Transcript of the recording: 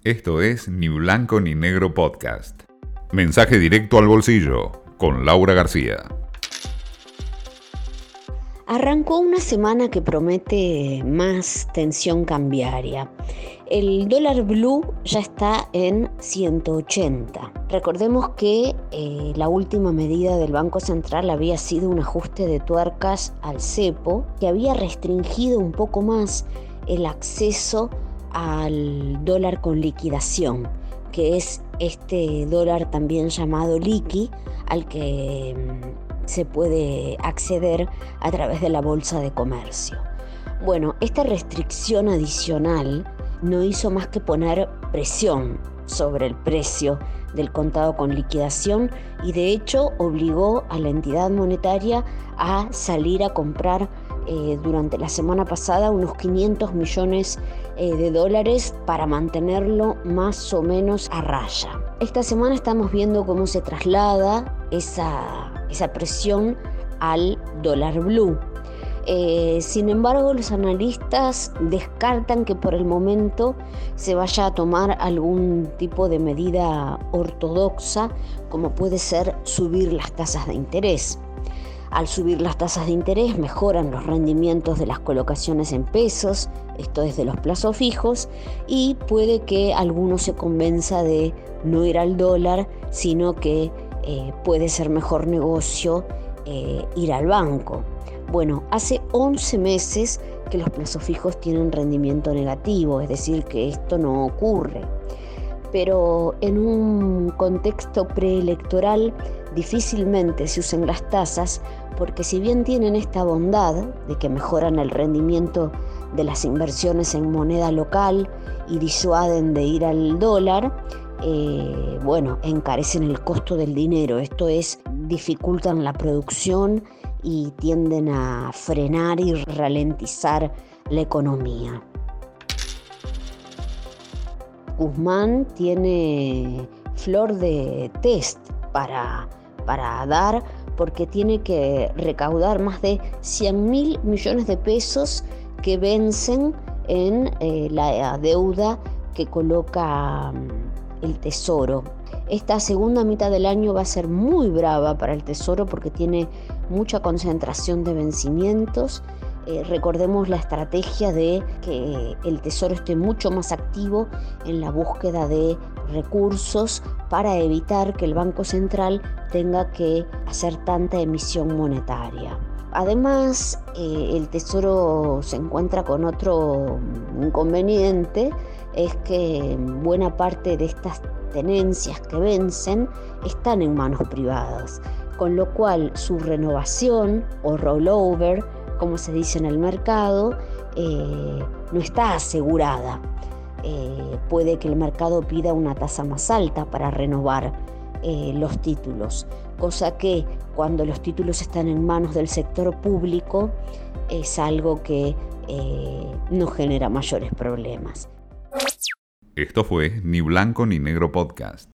Esto es Ni Blanco ni Negro Podcast. Mensaje directo al bolsillo con Laura García. Arrancó una semana que promete más tensión cambiaria. El dólar blue ya está en 180. Recordemos que la última medida del Banco Central había sido un ajuste de tuercas al cepo que había restringido un poco más el acceso al dólar con liquidación, que es este dólar también llamado liqui, al que se puede acceder a través de la bolsa de comercio. Bueno, esta restricción adicional no hizo más que poner presión sobre el precio del contado con liquidación y de hecho obligó a la entidad monetaria a salir a comprar durante la semana pasada unos 500 millones de dólares para mantenerlo más o menos a raya. Esta semana estamos viendo cómo se traslada esa presión al dólar blue. Sin embargo, los analistas descartan que por el momento se vaya a tomar algún tipo de medida ortodoxa, como puede ser subir las tasas de interés. Al subir las tasas de interés mejoran los rendimientos de las colocaciones en pesos, esto es de los plazos fijos, y puede que alguno se convenza de no ir al dólar, sino que puede ser mejor negocio ir al banco. Bueno, hace 11 meses que los plazos fijos tienen rendimiento negativo, es decir, que esto no ocurre. Pero en un contexto preelectoral difícilmente se usen las tasas porque si bien tienen esta bondad de que mejoran el rendimiento de las inversiones en moneda local y disuaden de ir al dólar, encarecen el costo del dinero, esto es, dificultan la producción y tienden a frenar y ralentizar la economía. Guzmán tiene flor de test para dar porque tiene que recaudar más de 100.000 millones de pesos que vencen en la deuda que coloca el Tesoro. Esta segunda mitad del año va a ser muy brava para el Tesoro porque tiene mucha concentración de vencimientos. Recordemos la estrategia de que el Tesoro esté mucho más activo en la búsqueda de recursos para evitar que el Banco Central tenga que hacer tanta emisión monetaria. Además, el Tesoro se encuentra con otro inconveniente, es que buena parte de estas tenencias que vencen están en manos privadas, con lo cual su renovación o rollover, como se dice en el mercado, no está asegurada. Puede que el mercado pida una tasa más alta para renovar los títulos, cosa que cuando los títulos están en manos del sector público es algo que no genera mayores problemas. Esto fue Ni Blanco ni Negro Podcast.